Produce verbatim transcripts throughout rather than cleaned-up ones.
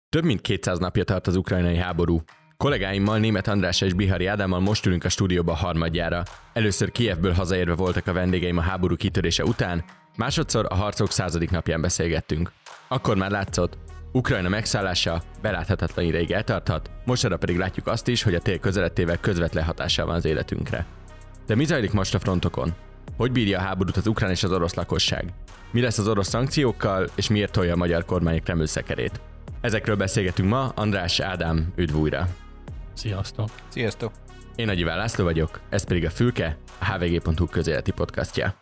Több mint kétszáz napja tart az ukrajnai háború. Kollégáimmal, Németh Andrással és Bihari Ádámmal most ülünk a stúdióba harmadjára. Először Kijevből hazaérve voltak a vendégeim a háború kitörése után, másodszor a harcok századik napján beszélgettünk. Akkor már látszott, Ukrajna megszállása beláthatatlan ideig eltarthat, mostanra pedig látjuk azt is, hogy a tél közelettével közvetlen hatással van az életünkre. De mi zajlik most a frontokon? Hogy bírja a háborút az ukrán és az orosz lakosság? Mi lesz az orosz szankciókkal, és miért tolja a magyar kormány Kreml szekerét? Ezekről beszélgetünk ma. András, Ádám, üdv újra! Sziasztok! Sziasztok! Én Nagy Iván László vagyok, ez pedig a Fülke, a há vé gé pont hú közéleti podcastja.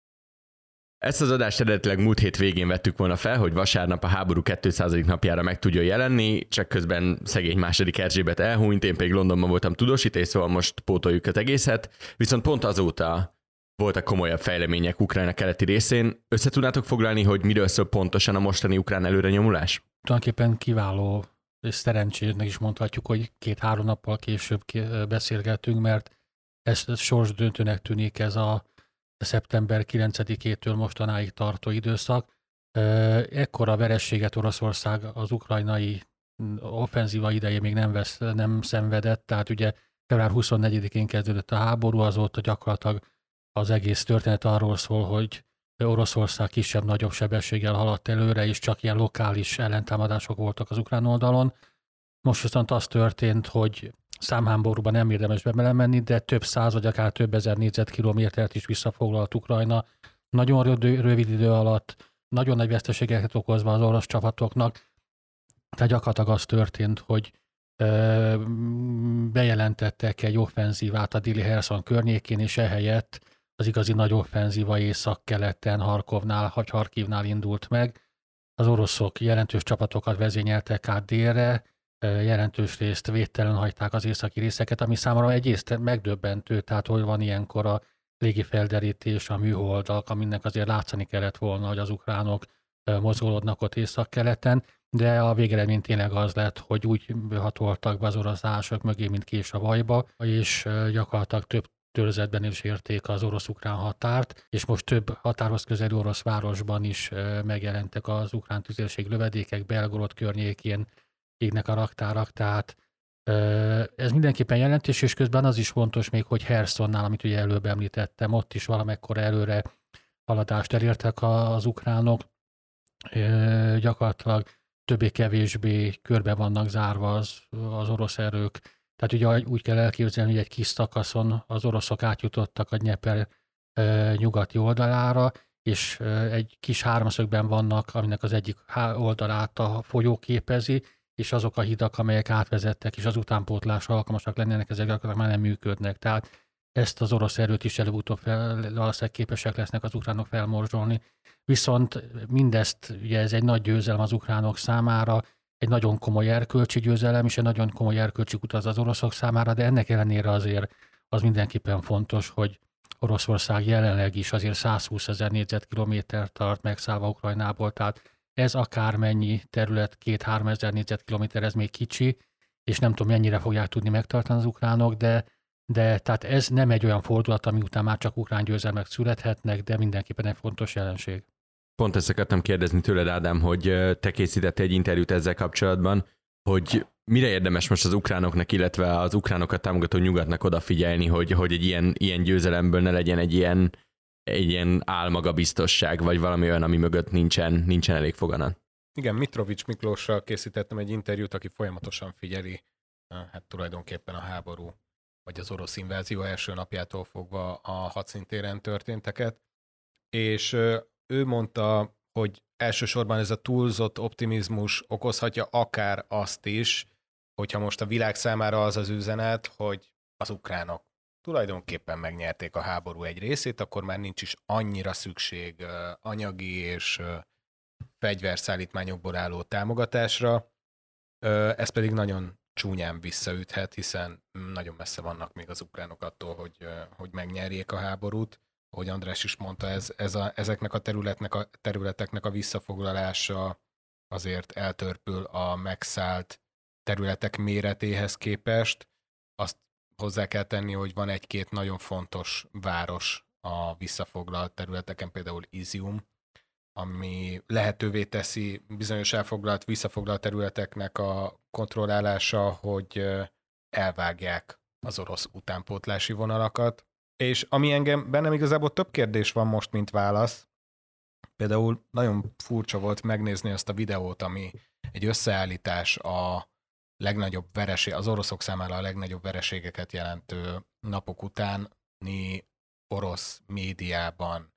Ezt az adást eredetileg múlt hét végén vettük volna fel, hogy vasárnap a háború kétszázadik napjára meg tudjon jelenni, csak közben szegény második Erzsébet elhunyt, én pedig Londonban voltam tudósítás, szóval most pótoljuk az egészet, viszont pont azóta voltak komolyabb fejlemények Ukrajna keleti részén. Össze tudnátok foglalni, hogy miről szól pontosan a mostani ukrán előrenyomulás? Tulajdonképpen kiváló és szerencsésnek is mondhatjuk, hogy két-három nappal később beszélgetünk, mert ez, ez sorsdöntőnek tűnik ez a szeptember kilencedikétől mostanáig tartó időszak. Ekkora vereséget Oroszország az ukrajnai offenzíva idején még nem, vesz, nem szenvedett, tehát ugye február huszonnegyedikén kezdődött a háború, azóta gyakorlatilag az egész történet arról szól, hogy Oroszország kisebb-nagyobb sebességgel haladt előre, és csak ilyen lokális ellentámadások voltak az ukrán oldalon. Most viszont az történt, hogy számháborúban nem érdemes belemenni, de több száz vagy akár több ezer négyzetkilométert is visszafoglalt Ukrajna. Nagyon rövid idő alatt, nagyon nagy veszteségeket okozva az orosz csapatoknak. Tehát gyakorlatilag az történt, hogy ö, bejelentettek egy offenzívát a déli Herszon környékén, és ehelyett az igazi nagy offenzíva észak-keleten, Harkovnál, vagy Harkivnál indult meg. Az oroszok jelentős csapatokat vezényeltek át délre, jelentős részt védtelen hagyták az északi részeket, ami számomra egyrészt megdöbbentő, tehát hogy van ilyenkor a légifelderítés, a műholdak, aminek azért látszani kellett volna, hogy az ukránok mozgolódnak ott észak-keleten, de a végeredmény tényleg az lett, hogy úgy hatoltak be az orosz állások mögé, mint kés a vajba, és gyakorlatilag több törzetben is érték az orosz-ukrán határt, és most több határhoz közeli orosz városban is megjelentek az ukrán tüzérség lövedékek, Belgorod környékén égnek a raktárak, tehát ez mindenképpen jelentős, és közben az is fontos még, hogy Herszonnál, amit ugye előbb említettem, ott is valamekkora előre haladást elértek az ukránok, gyakorlatilag többé-kevésbé körbe vannak zárva az, az orosz erők. Tehát ugye úgy kell elképzelni, hogy egy kis szakaszon az oroszok átjutottak a Dnyeper e, nyugati oldalára, és e, egy kis háromszögben vannak, aminek az egyik oldalát a folyó képezi, és azok a hidak, amelyek átvezettek, és az utánpótlásra alkalmasak lennének, ezek gyakorlatilag már nem működnek. Tehát ezt az orosz erőt is előbb-utóbb valószínűleg képesek lesznek az ukránok felmorzsolni. Viszont mindezt, ugye ez egy nagy győzelem az ukránok számára, egy nagyon komoly erkölcsi győzelem, és egy nagyon komoly erkölcsi utaz az oroszok számára, de ennek ellenére azért az mindenképpen fontos, hogy Oroszország jelenleg is azért százhúszezer négyzetkilométer tart megszállva Ukrajnából, tehát ez akármennyi terület, két-három ezer négyzetkilométer, ez még kicsi, és nem tudom, mennyire fogják tudni megtartani az ukránok, de, de tehát ez nem egy olyan fordulat, ami után már csak ukrán győzelmek születhetnek, de mindenképpen egy fontos jelenség. Pont ezt akartam kérdezni tőled, Ádám, hogy te készítettél egy interjút ezzel kapcsolatban, hogy mire érdemes most az ukránoknak, illetve az ukránokat támogató nyugatnak odafigyelni, hogy, hogy egy ilyen, ilyen győzelemből ne legyen egy ilyen, egy ilyen álmagabiztosság, vagy valami olyan, ami mögött nincsen, nincsen elég foganat. Igen, Mitrovics Miklóssal készítettem egy interjút, aki folyamatosan figyeli hát tulajdonképpen a háború, vagy az orosz invázió első napjától fogva a hadszintéren történteket, és ő mondta, hogy elsősorban ez a túlzott optimizmus okozhatja akár azt is, hogyha most a világ számára az az üzenet, hogy az ukránok tulajdonképpen megnyerték a háború egy részét, akkor már nincs is annyira szükség anyagi és fegyverszállítmányokból álló támogatásra. Ez pedig nagyon csúnyán visszaüthet, hiszen nagyon messze vannak még az ukránok attól, hogy, hogy megnyerjék a háborút. Ahogy András is mondta, ez, ez a, ezeknek a, területnek a területeknek a visszafoglalása azért eltörpül a megszállt területek méretéhez képest. Azt hozzá kell tenni, hogy van egy-két nagyon fontos város a visszafoglalt területeken, például Izium, ami lehetővé teszi bizonyos elfoglalt, visszafoglalt területeknek a kontrollálása, hogy elvágják az orosz utánpótlási vonalakat. És ami engem, bennem igazából több kérdés van most, mint válasz. Például nagyon furcsa volt megnézni azt a videót, ami egy összeállítás a legnagyobb vereség, az oroszok számára a legnagyobb vereségeket jelentő napok utáni orosz médiában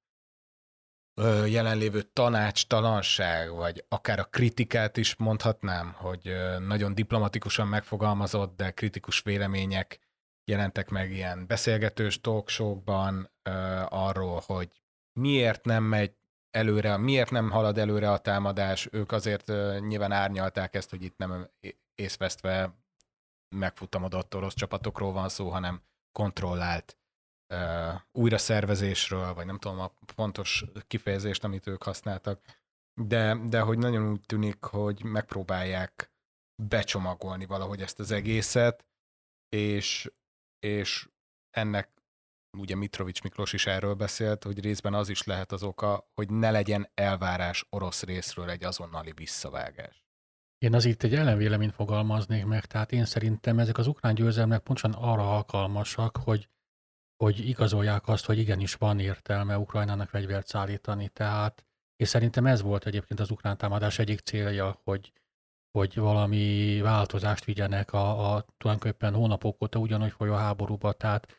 jelenlévő tanácstalanság, vagy akár a kritikát is mondhatnám, hogy nagyon diplomatikusan megfogalmazott, de kritikus vélemények jelentek meg ilyen beszélgetős talkshowkban arról, hogy miért nem megy előre, miért nem halad előre a támadás, ők azért nyilván árnyalták ezt, hogy itt nem észvesztve megfutamodott orosz csapatokról van szó, hanem kontrollált uh, újraszervezésről, vagy nem tudom a pontos kifejezést, amit ők használtak, de, de hogy nagyon úgy tűnik, hogy megpróbálják becsomagolni valahogy ezt az egészet, és, és ennek ugye Mitrovics Miklós is erről beszélt, hogy részben az is lehet az oka, hogy ne legyen elvárás orosz részről egy azonnali visszavágás. Én az itt egy ellenvéleményt fogalmaznék meg, tehát én szerintem ezek az ukrán győzelmek pontosan arra alkalmasak, hogy, hogy igazolják azt, hogy igenis van értelme Ukrajnának fegyvert szállítani, tehát és szerintem ez volt egyébként az ukrán támadás egyik célja, hogy, hogy valami változást vigyenek a, a tulajdonképpen hónapok óta ugyanúgy folyó háborúba, tehát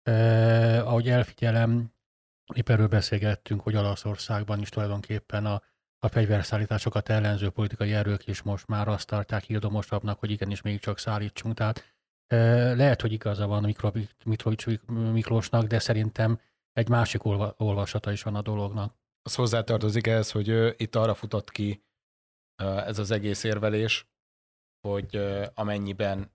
eh, ahogy elfigyelem, épp erről beszélgettünk, hogy Olaszországban is tulajdonképpen a a fegyverszállításokat ellenző politikai erők is most már azt tartják írdomosabbnak, hogy igenis mégiscsak szállítsunk. Tehát e, lehet, hogy igaza van Mitrovics Miklósnak, de szerintem egy másik olva, olvasata is van a dolognak. Az hozzátartozik ehhez, hogy uh, itt arra futott ki uh, ez az egész érvelés, hogy uh, amennyiben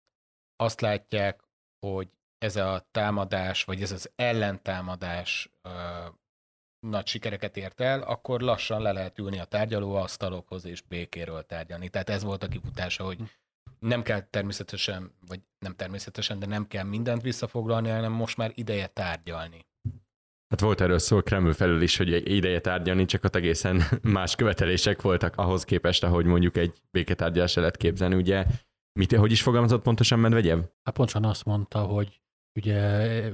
azt látják, hogy ez a támadás, vagy ez az ellentámadás uh, nagy sikereket ért el, akkor lassan le lehet ülni a tárgyalóasztalokhoz és békéről tárgyalni. Tehát ez volt a kifutása, hogy nem kell természetesen, vagy nem természetesen, de nem kell mindent visszafoglalni, hanem most már ideje tárgyalni. Hát volt erről szó Kreml felül is, hogy ideje tárgyalni, csak ott egészen más követelések voltak ahhoz képest, ahogy mondjuk egy béketárgyalásra lehet képzelni. Ugye, mit, hogy is fogalmazott pontosan Medvegyev? Hát pontosan azt mondta, hogy ugye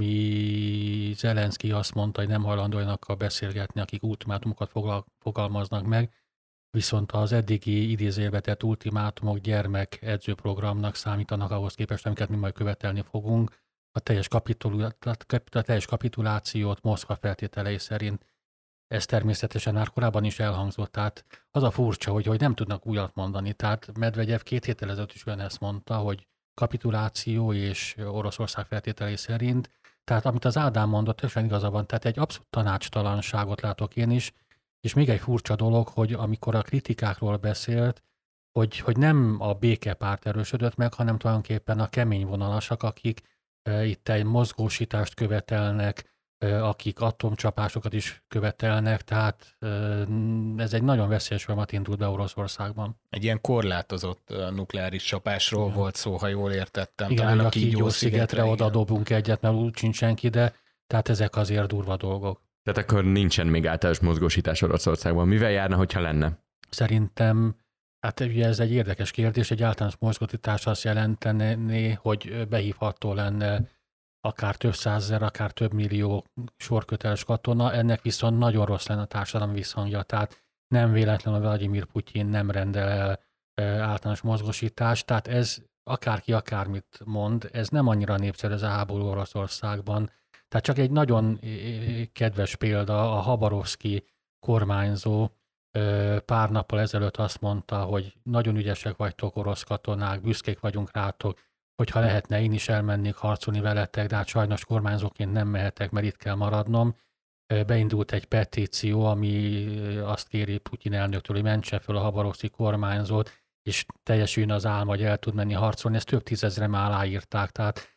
valami Zelenszky azt mondta, hogy nem hajlandó olyanokkal beszélgetni, akik ultimátumokat fogalmaznak meg, viszont az eddigi idézőjelbe tett ultimátumok gyermek edzőprogramnak számítanak ahhoz képest, amiket mi majd követelni fogunk. A teljes, kapitulá- a teljes kapitulációt Moszkva feltételei szerint. Ez természetesen már korábban is elhangzott, tehát az a furcsa, hogy, hogy nem tudnak újat mondani. Tehát Medvegyev két héttel ezelőtt is ezt mondta, hogy kapituláció és Oroszország feltételei szerint. Tehát amit az Ádám mondott, teljesen igaza van, tehát egy abszolút tanácstalanságot látok én is, és még egy furcsa dolog, hogy amikor a kritikákról beszélt, hogy, hogy nem a békepárt erősödött meg, hanem tulajdonképpen a kemény vonalasak, akik e, itt egy mozgósítást követelnek, e, akik atomcsapásokat is követelnek, tehát e, ez egy nagyon veszélyes folyamat indult be Oroszországban. Egy ilyen korlátozott uh, nukleáris csapásról igen. volt szó, ha jól értettem. Igen, talán a Kígyó-szigetre oda dobunk egyet, mert úgy sincs senki, de tehát ezek azért durva dolgok. Tehát akkor nincsen még általános mozgósítás Oroszországban. Mivel járna, hogyha lenne? Szerintem, hát ugye ez egy érdekes kérdés, egy általános mozgósítás azt jelentené, hogy behívható lenne akár több százezer, akár több millió sorköteles katona, ennek viszont nagyon rossz lenne a társadalmi visszhangja, tehát nem véletlenül Vladimir Putyin nem rendel el általános mozgósítást, tehát ez akárki akármit mond, ez nem annyira népszerű az háború Oroszországban. Tehát csak egy nagyon kedves példa, a Habarovszki kormányzó pár nappal ezelőtt azt mondta, hogy nagyon ügyesek vagytok orosz katonák, büszkék vagyunk rátok, hogyha lehetne, én is elmennék harcolni veletek, de hát sajnos kormányzóként nem mehetek, mert itt kell maradnom. Beindult egy petíció, ami azt kéri Putyin elnöktől, hogy mentse föl a Habarovszki kormányzót, és teljesüljön az álma, hogy el tud menni harcolni. Ezt több tízezre már aláírták, tehát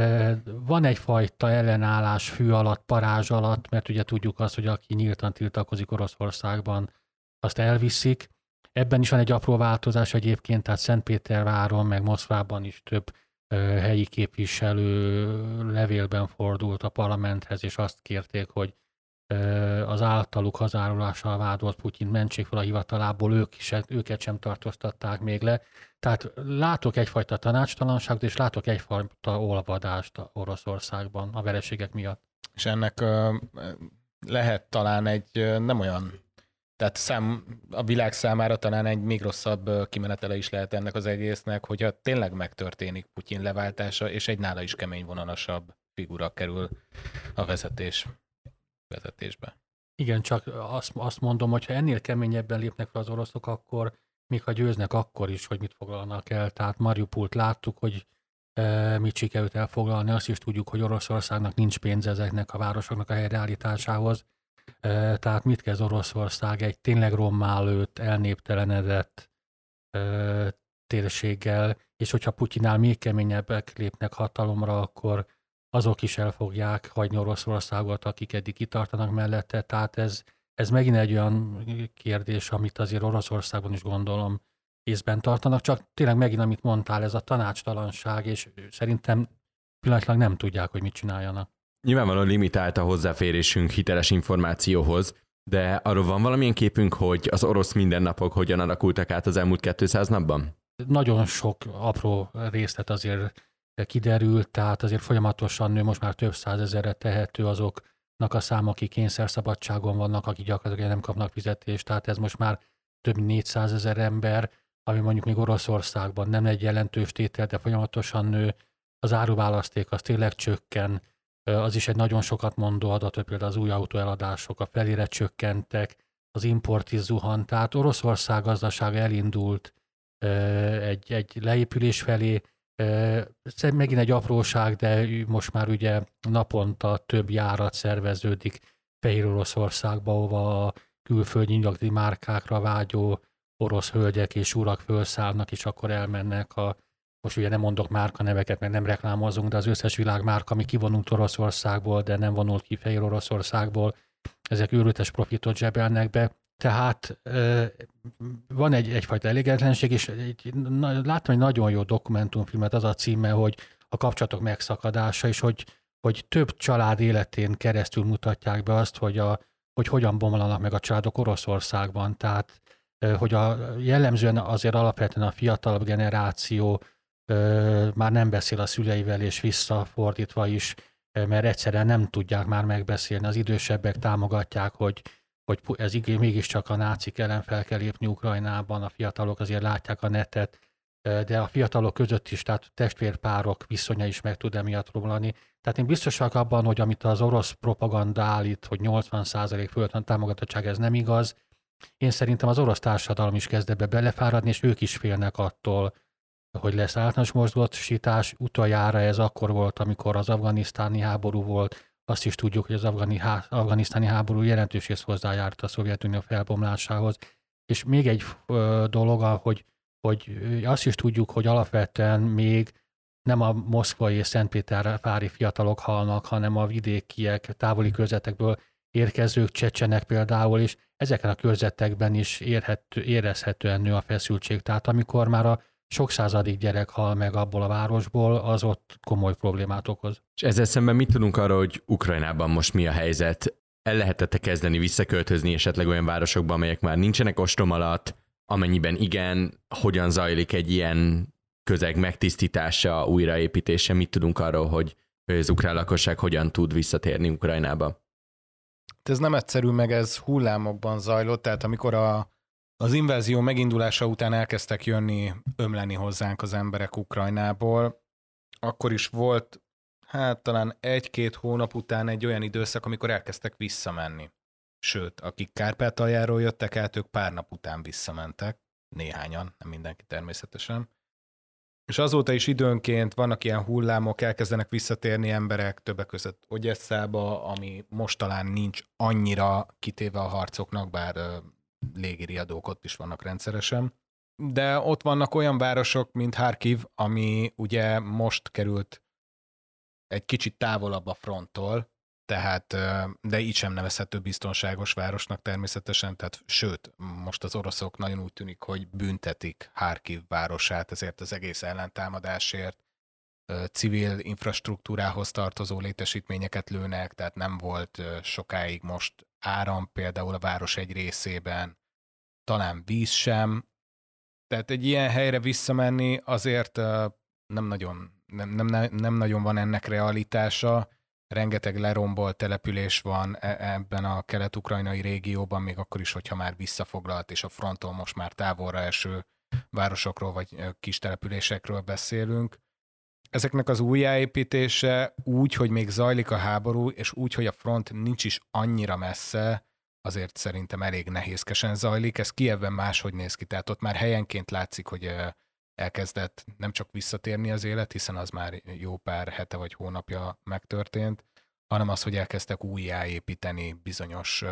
van egyfajta ellenállás fű alatt, parázs alatt, mert ugye tudjuk azt, hogy aki nyíltan tiltakozik Oroszországban, azt elviszik. Ebben is van egy apró változás egyébként, tehát Szentpéterváron, meg Moszkvában is több helyi képviselő levélben fordult a parlamenthez, és azt kérték, hogy az általuk hazárolással vádolt Putyin mentsék fel a hivatalából, ők is, őket sem tartóztatták még le. Tehát látok egyfajta tanácstalanságot, és látok egyfajta olvadást Oroszországban a vereségek miatt. És ennek uh, lehet talán egy nem olyan, tehát szám, a világ számára talán egy még rosszabb kimenetele is lehet ennek az egésznek, hogyha tényleg megtörténik Putyin leváltása, és egy nála is kemény vonalasabb figura kerül a vezetés, vezetésbe. Igen, csak azt, azt mondom, hogy ha ennél keményebben lépnek fel az oroszok, akkor még ha győznek, akkor is, hogy mit foglalnak el. Tehát Mariupolt láttuk, hogy e, mit sikerült elfoglalni, azt is tudjuk, hogy Oroszországnak nincs pénz ezeknek a városoknak a helyreállításához. E, tehát mit kezd Oroszország egy tényleg rommá lőtt, elnéptelenedett e, térséggel, és hogyha Putyinnál még keményebbek lépnek hatalomra, akkor azok is el fogják hagyni Oroszországot, akik eddig kitartanak mellette. Tehát ez, ez megint egy olyan kérdés, amit azért Oroszországban is gondolom észben tartanak, csak tényleg megint, amit mondtál, ez a tanácstalanság, és szerintem pillanatlag nem tudják, hogy mit csináljanak. Nyilvánvalóan limitált a hozzáférésünk hiteles információhoz, de arról van valamilyen képünk, hogy az orosz mindennapok hogyan alakultak át az elmúlt kétszáz napban? Nagyon sok apró részlet azért kiderült, tehát azért folyamatosan nő, most már több százezerre tehető azoknak a szám, akik kényszerszabadságon vannak, akik gyakorlatilag nem kapnak fizetést, tehát ez most már több mint négyszázezer ember, ami mondjuk még Oroszországban nem egy jelentős tétel, de folyamatosan nő, az áruválaszték az tényleg csökken, az is egy nagyon sokat mondó adat, hogy például az új autóeladások a felére csökkentek, az import is zuhant, tehát Oroszország gazdasága elindult egy, egy leépülés felé. Megint egy apróság, de most már ugye naponta több járat szerveződik Fehér Oroszországba, ahova a külföldi nyugati márkákra vágyó orosz hölgyek és urak felszállnak, és akkor elmennek a, most ugye nem mondok márkaneveket, meg nem reklámozunk, de az összes világmárka, ami kivonult Oroszországból, de nem vonult ki Fehér Oroszországból, ezek őrületes profitot zsebelnek be. Tehát van egy, egyfajta elégedetlenség, és egy, na, láttam egy nagyon jó dokumentumfilmet, az a címe, hogy a kapcsolatok megszakadása, és hogy, hogy több család életén keresztül mutatják be azt, hogy, a, hogy hogyan bomlanak meg a családok Oroszországban. Tehát, hogy a, jellemzően azért alapvetően a fiatalabb generáció már nem beszél a szüleivel, és visszafordítva is, mert egyszerűen nem tudják már megbeszélni. Az idősebbek támogatják, hogy hogy ez mégiscsak a nácik ellen fel kell lépni Ukrajnában, a fiatalok azért látják a netet, de a fiatalok között is, tehát testvérpárok viszonya is meg tud emiatt romlani. Tehát én biztos vagyok abban, hogy amit az orosz propaganda állít, hogy nyolcvan százalék fölött van támogatottság, ez nem igaz. Én szerintem az orosz társadalom is kezd ebbe belefáradni, és ők is félnek attól, hogy lesz általános mozgósítás. Utoljára ez akkor volt, amikor az afganisztáni háború volt. Azt is tudjuk, hogy az afgani, há, afganisztáni háború jelentős rész hozzájárt a Szovjetunió felbomlásához. És még egy ö, dolog, hogy, hogy azt is tudjuk, hogy alapvetően még nem a moszkvai és szentpétervári fiatalok halnak, hanem a vidékiek, távoli körzetekből érkezők, csecsenek például, és ezeken a körzetekben is érhető, érezhetően nő a feszültség. Tehát amikor már a sok századik gyerek hal meg abból a városból, az ott komoly problémát okoz. És ezzel szemben mit tudunk arról, hogy Ukrajnában most mi a helyzet? El lehetett-e kezdeni visszaköltözni esetleg olyan városokban, amelyek már nincsenek ostrom alatt? Amennyiben igen, hogyan zajlik egy ilyen közeg megtisztítása, újraépítése? Mit tudunk arról, hogy az ukrán lakosság hogyan tud visszatérni Ukrajnába? Ez nem egyszerű, meg ez hullámokban zajlott, tehát amikor a Az invázió megindulása után elkezdtek jönni, ömleni hozzánk az emberek Ukrajnából, akkor is volt, hát talán egy-két hónap után egy olyan időszak, amikor elkezdtek visszamenni. Sőt, akik Kárpátaljáról jöttek át, ők pár nap után visszamentek, néhányan, nem mindenki természetesen. És azóta is időnként vannak ilyen hullámok, elkezdenek visszatérni emberek, többek között Ogyesszába, ami most talán nincs annyira kitéve a harcoknak, bár légiriadók ott is vannak rendszeresen. De ott vannak olyan városok, mint Harkiv, ami ugye most került egy kicsit távolabb a fronttól, tehát, de így sem nevezhető biztonságos városnak természetesen, tehát sőt, most az oroszok nagyon úgy tűnik, hogy büntetik Harkiv városát ezért az egész ellentámadásért. civil infrastruktúrához tartozó létesítményeket lőnek, tehát nem volt sokáig most áram például a város egy részében, talán víz sem. Tehát egy ilyen helyre visszamenni azért nem nagyon, nem, nem, nem nagyon van ennek realitása. Rengeteg lerombolt település van ebben a kelet-ukrajnai régióban, még akkor is, hogyha már visszafoglalt, és a fronton most már távolra eső városokról vagy kis településekről beszélünk. Ezeknek az újjáépítése úgy, hogy még zajlik a háború, és úgy, hogy a front nincs is annyira messze, azért szerintem elég nehézkesen zajlik. Ez Kijevben máshogy néz ki, tehát ott már helyenként látszik, hogy elkezdett nem csak visszatérni az élet, hiszen az már jó pár hete vagy hónapja megtörtént, hanem az, hogy elkezdtek újjáépíteni bizonyos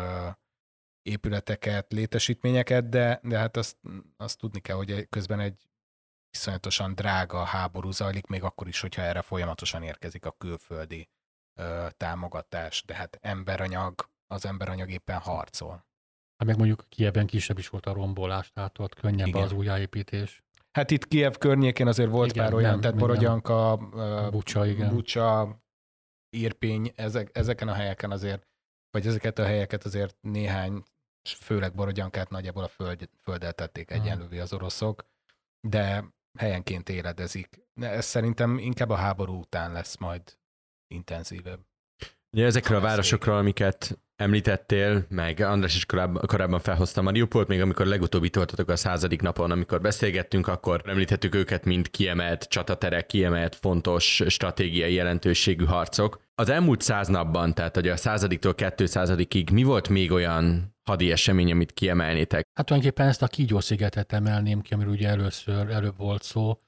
épületeket, létesítményeket, de, de hát azt, azt tudni kell, hogy közben egy iszonyatosan drága háború zajlik, még akkor is, hogyha erre folyamatosan érkezik a külföldi ö, támogatás, de hát emberanyag, az emberanyag éppen harcol. Hát meg mondjuk Kijevben kisebb is volt a rombolás, tehát ott könnyebb Igen. az újjáépítés. Hát itt Kijev környékén azért volt igen, pár olyan, nem, tehát Borodjanka, Bucsa, igen. Bucsa, Irpény, ezek, ezeken a helyeken azért, vagy ezeket a helyeket azért néhány, főleg Borodjankát nagyjából a föld, földdel tették egyenlővé az oroszok, de helyenként éledezik. Ez szerintem inkább a háború után lesz majd intenzívebb. Ugye ezekről a városokról, amiket említettél, meg András is korábban, korábban felhozta Mariupolt, még amikor legutóbb itt voltatok a századik napon, amikor beszélgettünk, akkor említettük őket, mint kiemelt csataterek, kiemelt fontos stratégiai jelentőségű harcok. Az elmúlt száz napban, tehát hogy a századiktól kétszázadikig mi volt még olyan hadi esemény, amit kiemelnétek? Hát tulajdonképpen ezt a Kígyó-szigetet emelném ki, amiről ugye először, előbb volt szó.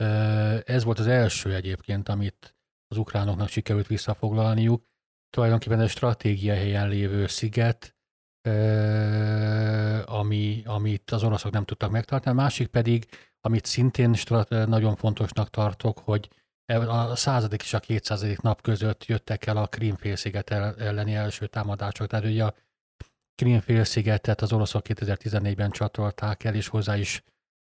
Ez volt az első egyébként, amit az ukránoknak sikerült visszafoglalniuk. Tulajdonképpen egy stratégiai helyen lévő sziget, ami, amit az oroszok nem tudtak megtartani. A másik pedig, amit szintén nagyon fontosnak tartok, hogy a századik és a kétszázadik nap között jöttek el a Krím-félsziget elleni első támadások. Tehát ugye a Krím-félszigetet az oroszok kétezer-tizennégyben csatolták el, és hozzá is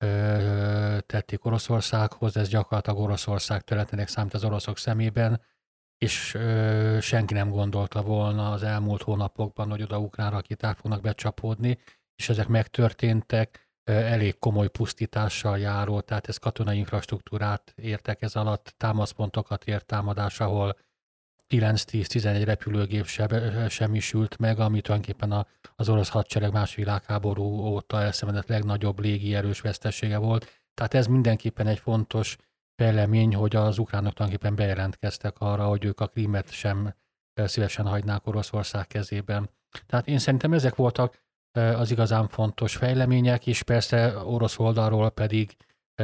ö, tették Oroszországhoz. Ez gyakorlatilag Oroszország területének számít az oroszok szemében, és ö, senki nem gondolta volna az elmúlt hónapokban, hogy oda ukrán rakéták fognak becsapódni, és ezek megtörténtek, ö, elég komoly pusztítással járó, tehát ez katonai infrastruktúrát értek ez alatt, támaszpontokat ért támadás, ahol kilenc-tíz-tizenegy repülőgép sem, semmisült meg, ami tulajdonképpen a, az orosz hadsereg második világháború óta elszenvedett legnagyobb légierős vesztesége volt. Tehát ez mindenképpen egy fontos fejlemény, hogy az ukránok tulajdonképpen bejelentkeztek arra, hogy ők a Krímet sem szívesen hagynák Oroszország kezében. Tehát én szerintem ezek voltak az igazán fontos fejlemények, és persze orosz oldalról pedig,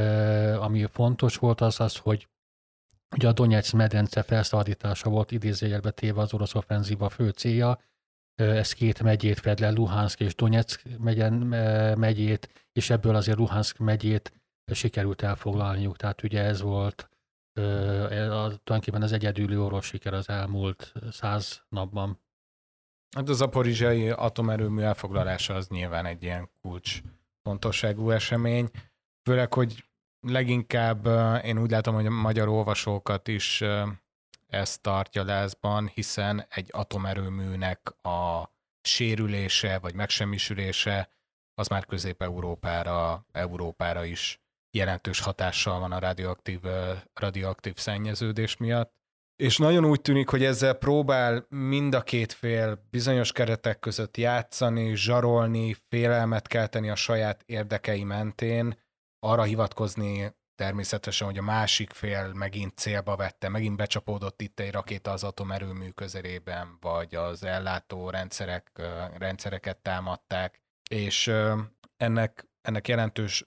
ami fontos volt, az az, hogy ugye a Donetsz medence felszabadítása volt idézőjelbe téve az orosz offenzíva fő célja. Ez két megyét fed le, Luhanszk és Donetsz megyen, megyét, és ebből azért Luhanszk megyét sikerült elfoglalniuk. Tehát ugye ez volt tulajdonképpen az egyedüli orosz siker az elmúlt száz napban. Hát a zaporizsiai atomerőmű elfoglalása az nyilván egy ilyen kulcs fontosságú esemény. Főleg, hogy leginkább én úgy látom, hogy a magyar olvasókat is ezt tartja lázban, hiszen egy atomerőműnek a sérülése vagy megsemmisülése az már Közép-Európára Európára is jelentős hatással van a radioaktív, radioaktív szennyeződés miatt. És nagyon úgy tűnik, hogy ezzel próbál mind a két fél bizonyos keretek között játszani, zsarolni, félelmet kelteni a saját érdekei mentén, arra hivatkozni természetesen, hogy a másik fél megint célba vette, megint becsapódott itt egy rakéta az atomerőmű közelében, vagy az ellátó rendszerek, rendszereket támadták, és ennek, ennek jelentős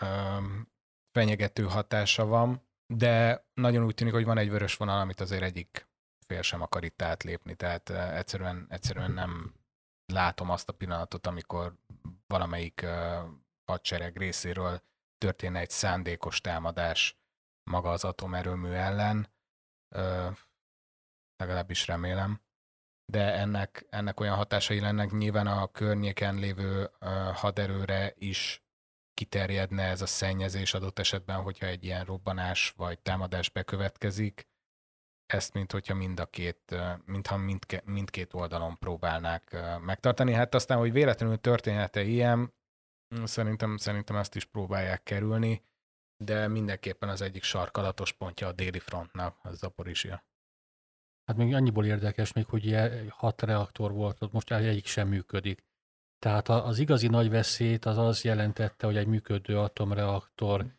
fenyegető hatása van, de nagyon úgy tűnik, hogy van egy vörös vonal, amit azért egyik fél sem akar itt átlépni, tehát egyszerűen, egyszerűen nem látom azt a pillanatot, amikor valamelyik hadsereg részéről történne egy szándékos támadás maga az atomerőmű ellen, ö, legalábbis remélem, de ennek, ennek olyan hatásai lennek nyilván a környéken lévő ö, haderőre is kiterjedne ez a szennyezés adott esetben, hogyha egy ilyen robbanás vagy támadás bekövetkezik. Ezt, mint hogyha mind a két, mintha mindke, mindkét oldalon próbálnák megtartani. Hát aztán, hogy véletlenül története ilyen, szerintem, szerintem ezt is próbálják kerülni, de mindenképpen az egyik sarkalatos pontja a déli frontnak, az Zaporizsja. Hát még annyiból érdekes még, hogy hat reaktor volt, ott most egyik sem működik. Tehát az igazi nagy veszélyt az az jelentette, hogy egy működő atomreaktornak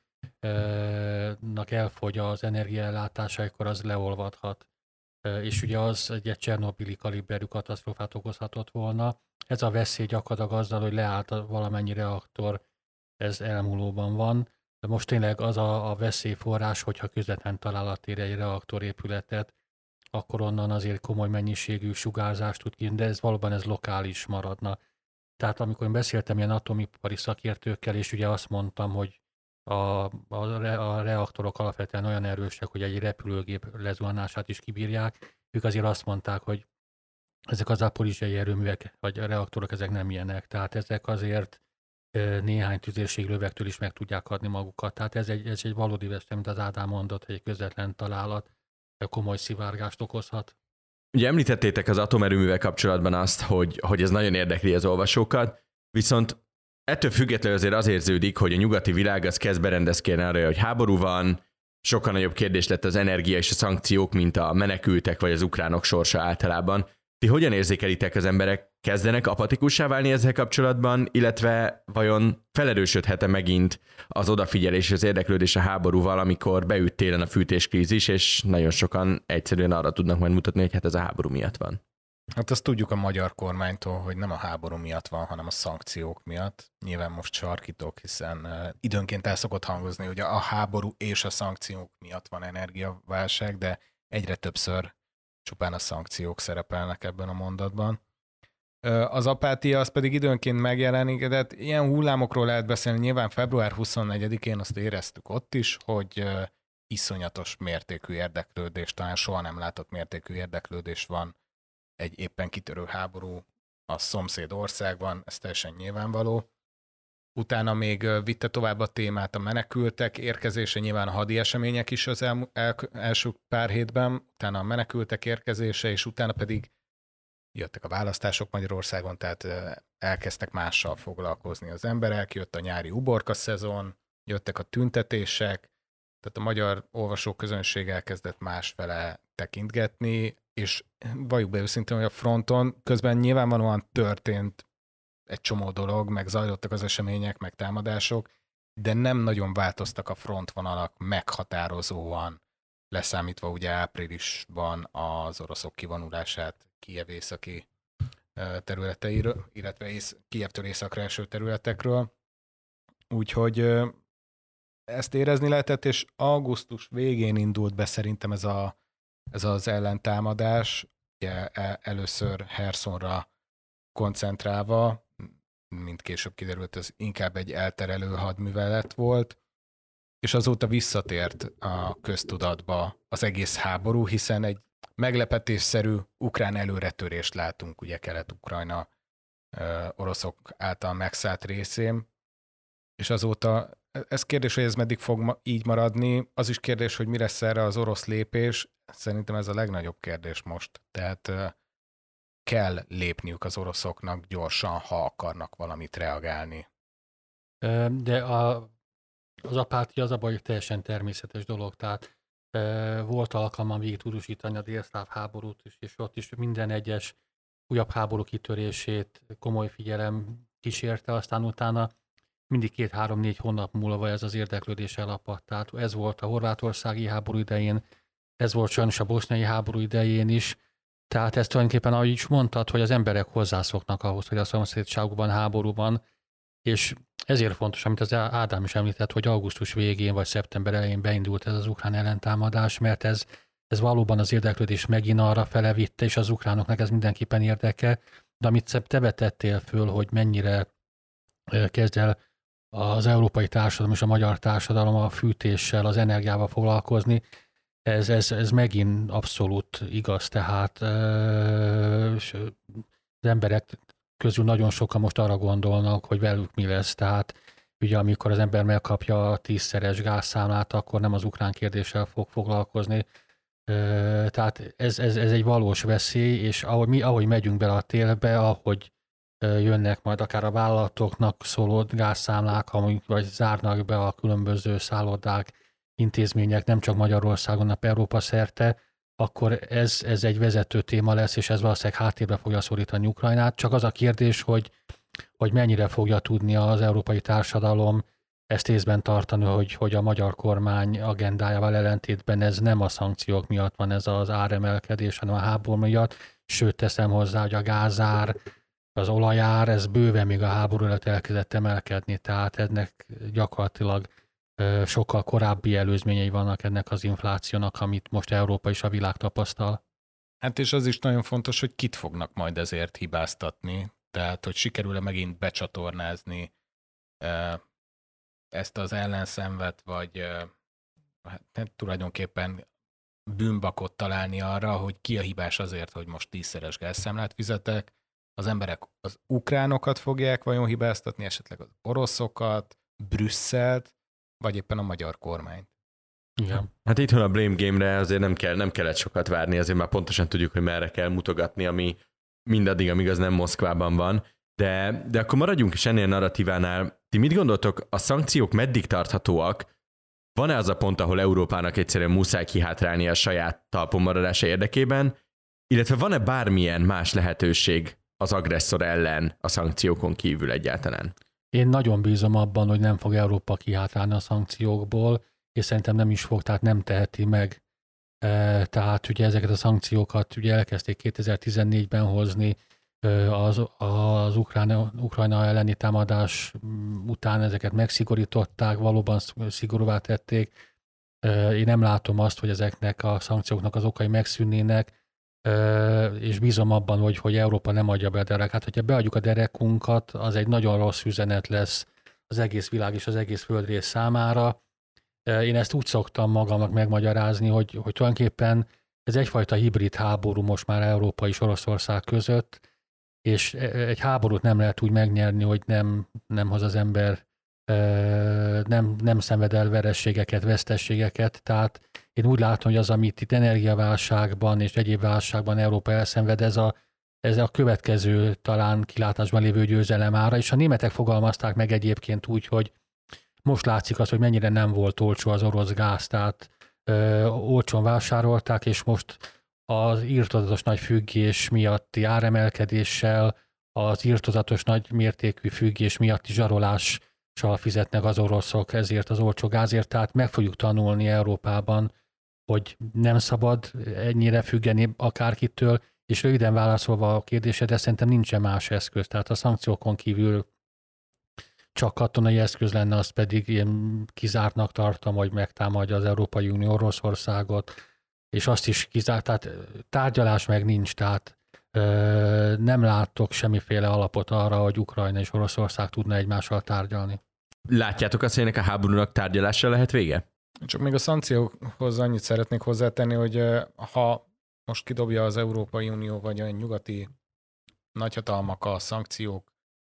elfogy az energiaellátása, akkor az leolvadhat. És ugye az egy csernobili kaliberű katasztrófát okozhatott volna. Ez a veszély gyakorlatilag azzal, hogy leállt valamennyi reaktor, ez elmúlóban van. De most tényleg az a, a veszélyforrás, hogyha közvetlen találat ér egy reaktorépületet, akkor onnan azért komoly mennyiségű sugárzást tud kijönni, de ez valóban ez lokális maradna. Tehát amikor én beszéltem ilyen atomipari szakértőkkel, és ugye azt mondtam, hogy a, a, a reaktorok alapvetően olyan erősek, hogy egy repülőgép lezuhanását is kibírják, ők azért azt mondták, hogy ezek az zaporizsjai erőművek, vagy a reaktorok, ezek nem ilyenek. Tehát ezek azért néhány tüzérséglövektől is meg tudják adni magukat. Tehát ez egy, ez egy valódi veszély, mint az Ádám mondott, hogy egy közvetlen találat komoly szivárgást okozhat. Ugye említettétek az atomerőművel kapcsolatban azt, hogy, hogy ez nagyon érdekli az olvasókat, viszont ettől függetlenül azért az érződik, hogy a nyugati világ az kezd berendezkedni arra, hogy háború van, sokkal nagyobb kérdés lett az energia és a szankciók, mint a menekültek vagy az ukránok sorsa általában. Ti hogyan érzékelitek, az emberek kezdenek apatikussá válni ezzel kapcsolatban, illetve vajon felerősödhet-e megint az odafigyelés és az érdeklődés a háborúval, amikor beüt télen a fűtéskrízis, és nagyon sokan egyszerűen arra tudnak majd mutatni, hogy hát ez a háború miatt van? Hát azt tudjuk a magyar kormánytól, hogy nem a háború miatt van, hanem a szankciók miatt. Nyilván most sarkítok, hiszen uh, időnként el szokott hangozni, hogy a háború és a szankciók miatt van energiaválság, de egyre többször csupán a szankciók szerepelnek ebben a mondatban. Az apátia az pedig időnként megjelenik, de hát ilyen hullámokról lehet beszélni. Nyilván február huszonnegyedikén azt éreztük ott is, hogy iszonyatos mértékű érdeklődés, talán soha nem látott mértékű érdeklődés van egy éppen kitörő háború a szomszéd országban, ez teljesen nyilvánvaló. Utána még vitte tovább a témát a menekültek érkezése, nyilván a hadi események is az el, el, első pár hétben, utána a menekültek érkezése, és utána pedig jöttek a választások Magyarországon, tehát elkezdtek mással foglalkozni az emberek, jött a nyári uborka szezon, jöttek a tüntetések, tehát a magyar olvasóközönség elkezdett másfele tekintgetni, és valljuk be őszintén, hogy a fronton közben nyilvánvalóan történt egy csomó dolog, meg zajlottak az események, meg támadások, de nem nagyon változtak a frontvonalak meghatározóan, leszámítva ugye áprilisban az oroszok kivonulását Kijev északi területeiről, illetve ész, Kijevtől északra eső területekről. Úgyhogy ezt érezni lehetett, és augusztus végén indult be szerintem ez, a, ez az ellentámadás, ugye először Hersonra koncentrálva, mint később kiderült, ez inkább egy elterelő hadművelet volt, és azóta visszatért a köztudatba az egész háború, hiszen egy meglepetésszerű ukrán előretörést látunk, ugye Kelet-Ukrajna oroszok által megszállt részén, és azóta ez kérdés, hogy ez meddig fog ma, így maradni, az is kérdés, hogy mi lesz erre az orosz lépés, szerintem ez a legnagyobb kérdés most, tehát kell lépniük az oroszoknak gyorsan, ha akarnak valamit reagálni. De a, az apátia az a baj, hogy teljesen természetes dolog, tehát e, volt alkalmam végig tudósítani a délszláv háborút is, és ott is minden egyes újabb háború kitörését komoly figyelem kísérte, aztán utána mindig két-három-négy hónap múlva ez az érdeklődés elapadt. Tehát ez volt a horvátországi háború idején, ez volt sajnos a boszniai háború idején is. Tehát ezt tulajdonképpen, ahogy is mondtad, hogy az emberek hozzászoknak ahhoz, hogy a szomszédságukban háború van, és ezért fontos, amit az Ádám is említett, hogy augusztus végén vagy szeptember elején beindult ez az ukrán ellentámadás, mert ez, ez valóban az érdeklődés megint arra fele vitte, és az ukránoknak ez mindenképpen érdeke. De amit te vetettél föl, hogy mennyire kezd el az európai társadalom és a magyar társadalom a fűtéssel, az energiával foglalkozni, ez, ez, ez megint abszolút igaz, tehát az emberek közül nagyon sokan most arra gondolnak, hogy velük mi lesz, tehát ugye amikor az ember megkapja a tízszeres gázszámlát, akkor nem az ukrán kérdéssel fog foglalkozni. Tehát ez, ez, ez egy valós veszély, és ahogy mi, ahogy megyünk bele a télbe, ahogy jönnek majd akár a vállalatoknak szóló gázszámlák, vagy zárnak be a különböző szállodák, intézmények, nem csak Magyarországon, hanem Európa szerte, akkor ez, ez egy vezető téma lesz, és ez valószínűleg háttérbe fogja szorítani Ukrajnát. Csak az a kérdés, hogy, hogy mennyire fogja tudni az európai társadalom ezt észben tartani, hogy, hogy a magyar kormány agendájával ellentétben ez nem a szankciók miatt van ez az áremelkedés, hanem a háború miatt. Sőt, teszem hozzá, hogy a gázár, az olajár, ez bőven még a háború előtt elkezdett emelkedni, tehát ennek gyakorlatilag sokkal korábbi előzményei vannak ennek az inflációnak, amit most Európa és a világ tapasztal. Hát és az is nagyon fontos, hogy kit fognak majd ezért hibáztatni, tehát hogy sikerül-e megint becsatornázni ezt az ellenszenvet, vagy hát tulajdonképpen bűnbakot találni arra, hogy ki a hibás azért, hogy most tízszeres gázszámlát fizetek. Az emberek az ukránokat fogják vajon hibáztatni, esetleg az oroszokat, Brüsszelt, vagy éppen a magyar kormányt. Igen. Hát itthon a blame game-re azért nem, kell, nem kellett sokat várni, azért már pontosan tudjuk, hogy merre kell mutogatni, ami mindaddig, amíg az nem Moszkvában van. De, de akkor maradjunk is ennél a narratívánál. Ti mit gondoltok, a szankciók meddig tarthatóak? Van-e az a pont, ahol Európának egyszerűen muszáj kihátrálni a saját talpon maradása érdekében? Illetve van-e bármilyen más lehetőség az agresszor ellen a szankciókon kívül egyáltalán? Én nagyon bízom abban, hogy nem fog Európa kihátrálni a szankciókból, és szerintem nem is fog, tehát nem teheti meg. E, tehát ugye ezeket a szankciókat ugye elkezdték kétezer-tizennégyben hozni, az, az Ukrajna, Ukrajna elleni támadás után ezeket megszigorították, valóban szigorúvá tették. Én nem látom azt, hogy ezeknek a szankcióknak az okai megszűnnének, és bízom abban, hogy, hogy Európa nem adja be a derek. Hát, hogyha beadjuk a derekunkat, az egy nagyon rossz üzenet lesz az egész világ és az egész földrész számára. Én ezt úgy szoktam magamnak megmagyarázni, hogy, hogy tulajdonképpen ez egyfajta hibrid háború most már Európa és Oroszország között, és egy háborút nem lehet úgy megnyerni, hogy nem, nem hoz az ember, nem, nem szenved el verességeket, vesztességeket. Tehát én úgy látom, hogy az, amit itt energiaválságban és egyéb válságban Európa elszenved, ez a, ez a következő talán kilátásban lévő győzelem ára, és a németek fogalmazták meg egyébként úgy, hogy most látszik az, hogy mennyire nem volt olcsó az orosz gáz, tehát ö, olcsón vásárolták, és most az írtózatos nagy függés miatti áremelkedéssel, az írtózatos nagy mértékű függés miatti zsarolással fizetnek az oroszok ezért az olcsó gázért, tehát meg fogjuk tanulni Európában, hogy nem szabad ennyire függeni akárkitől, és röviden válaszolva a kérdésedre, szerintem nincsen más eszköz, tehát a szankciókon kívül csak katonai eszköz lenne, azt pedig én kizártnak tartom, hogy megtámadja az Európai Unió Oroszországot, és azt is kizárt, tehát tárgyalás meg nincs, tehát ö, nem látok semmiféle alapot arra, hogy Ukrajna és Oroszország tudna egymással tárgyalni. Látjátok azt, hogy ennek a háborúnak tárgyalással lehet vége? Csak még a szankciókhoz annyit szeretnék hozzátenni, hogy ha most kidobja az Európai Unió vagy a nyugati nagyhatalmak a szankciók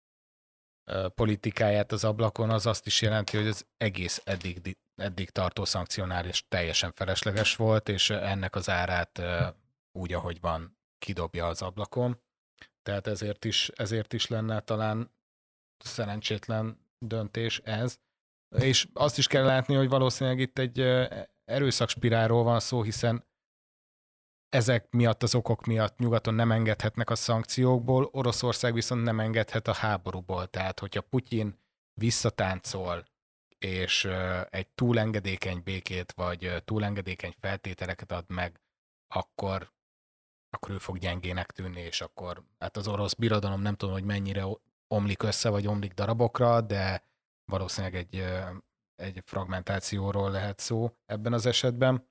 politikáját az ablakon, az azt is jelenti, hogy az egész eddig, eddig tartó szankcionálás teljesen felesleges volt, és ennek az árát úgy, ahogy van, kidobja az ablakon. Tehát ezért is, ezért is lenne talán szerencsétlen döntés ez. És azt is kell látni, hogy valószínűleg itt egy erőszakspirálról van szó, hiszen ezek miatt, az okok miatt nyugaton nem engedhetnek a szankciókból, Oroszország viszont nem engedhet a háborúból. Tehát, hogyha Putyin visszatáncol, és egy túlengedékeny békét, vagy túlengedékeny feltételeket ad meg, akkor, akkor ő fog gyengének tűnni, és akkor hát az orosz birodalom nem tudom, hogy mennyire omlik össze, vagy omlik darabokra, de valószínűleg egy, egy fragmentációról lehet szó ebben az esetben.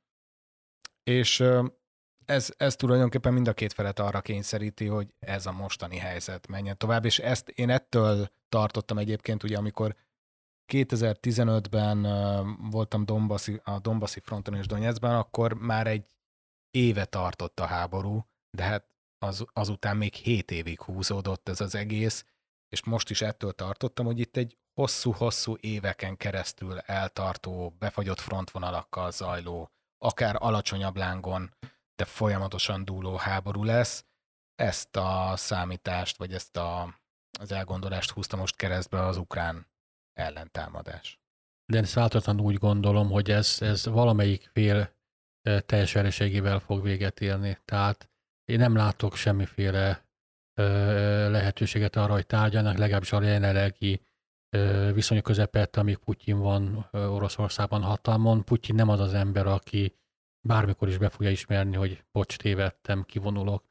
És Ez, ez tulajdonképpen mind a két felet arra kényszeríti, hogy ez a mostani helyzet menjen tovább, és ezt én ettől tartottam egyébként, ugye amikor kétezer-tizenötben voltam Donbassi, a Donbassi fronton és Donetszben, akkor már egy éve tartott a háború, de hát az, azután még hét évig húzódott ez az egész, és most is ettől tartottam, hogy itt egy hosszú-hosszú éveken keresztül eltartó, befagyott frontvonalakkal zajló, akár alacsonyabb lángon, de folyamatosan dúló háború lesz. Ezt a számítást, vagy ezt a, az elgondolást húzta most keresztbe az ukrán ellentámadás. De én változatlanul úgy gondolom, hogy ez, ez valamelyik fél teljes vereségével fog véget érni. Tehát én nem látok semmiféle lehetőséget arra, hogy tárgyalnak, legalábbis a jelenlegi viszonyok közepette, amíg Putyin van Oroszországban hatalmon. Putyin nem az az ember, aki bármikor is be fogja ismerni, hogy bocs, tévedtem, kivonulok.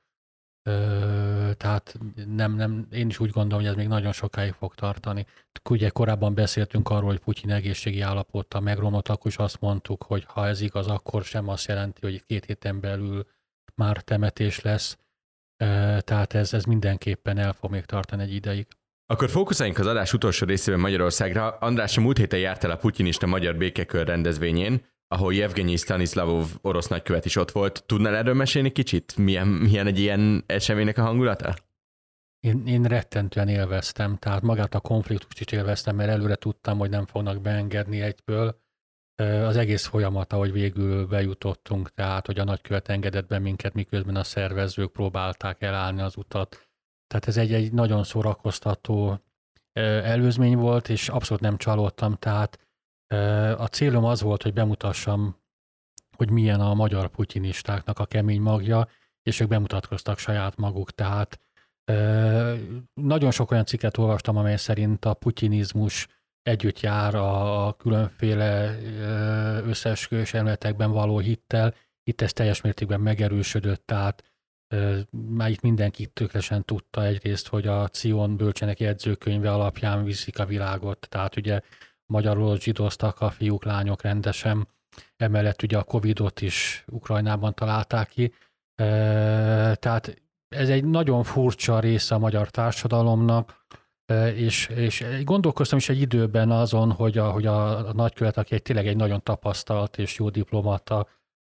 Tehát nem, nem, én is úgy gondolom, hogy ez még nagyon sokáig fog tartani. Ugye korábban beszéltünk arról, hogy Putyin egészségi állapota megromlott, akkor is azt mondtuk, hogy ha ez igaz, akkor sem azt jelenti, hogy két héten belül már temetés lesz. Tehát ez, ez mindenképpen el fog még tartani egy ideig. Akkor fókuszáljunk az adás utolsó részében Magyarországra. András, a múlt héten jártál a putyinista Magyar Békekör rendezvényén, ahol Jevgenyi Sztanislavov orosz nagykövet is ott volt. Tudnál erről mesélni kicsit? Milyen, milyen egy ilyen eseménynek a hangulata? Én, én rettentően élveztem, tehát magát a konfliktust is élveztem, mert előre tudtam, hogy nem fognak beengedni egyből. Az egész folyamat, ahogy végül bejutottunk, tehát hogy a nagykövet engedett be minket, miközben a szervezők próbálták elállni az utat. Tehát ez egy, egy nagyon szórakoztató előzmény volt, és abszolút nem csalódtam, tehát a célom az volt, hogy bemutassam, hogy milyen a magyar putyinistáknak a kemény magja, és ők bemutatkoztak saját maguk. Tehát nagyon sok olyan cikket olvastam, amely szerint a putyinizmus együtt jár a különféle összeesküvés elméletekben való hittel. Itt ez teljes mértékben megerősödött, tehát már itt mindenki tökéletesen tudta egyrészt, hogy a Cion bölcsének jegyzőkönyve alapján viszik a világot, tehát ugye magyarul zsidóztak a fiúk, lányok rendesen, emellett ugye a Covidot is Ukrajnában találták ki, tehát ez egy nagyon furcsa része a magyar társadalomnak, és, és gondolkoztam is egy időben azon, hogy a, hogy a, a nagykövet, aki egy, tényleg egy nagyon tapasztalt és jó diplomata,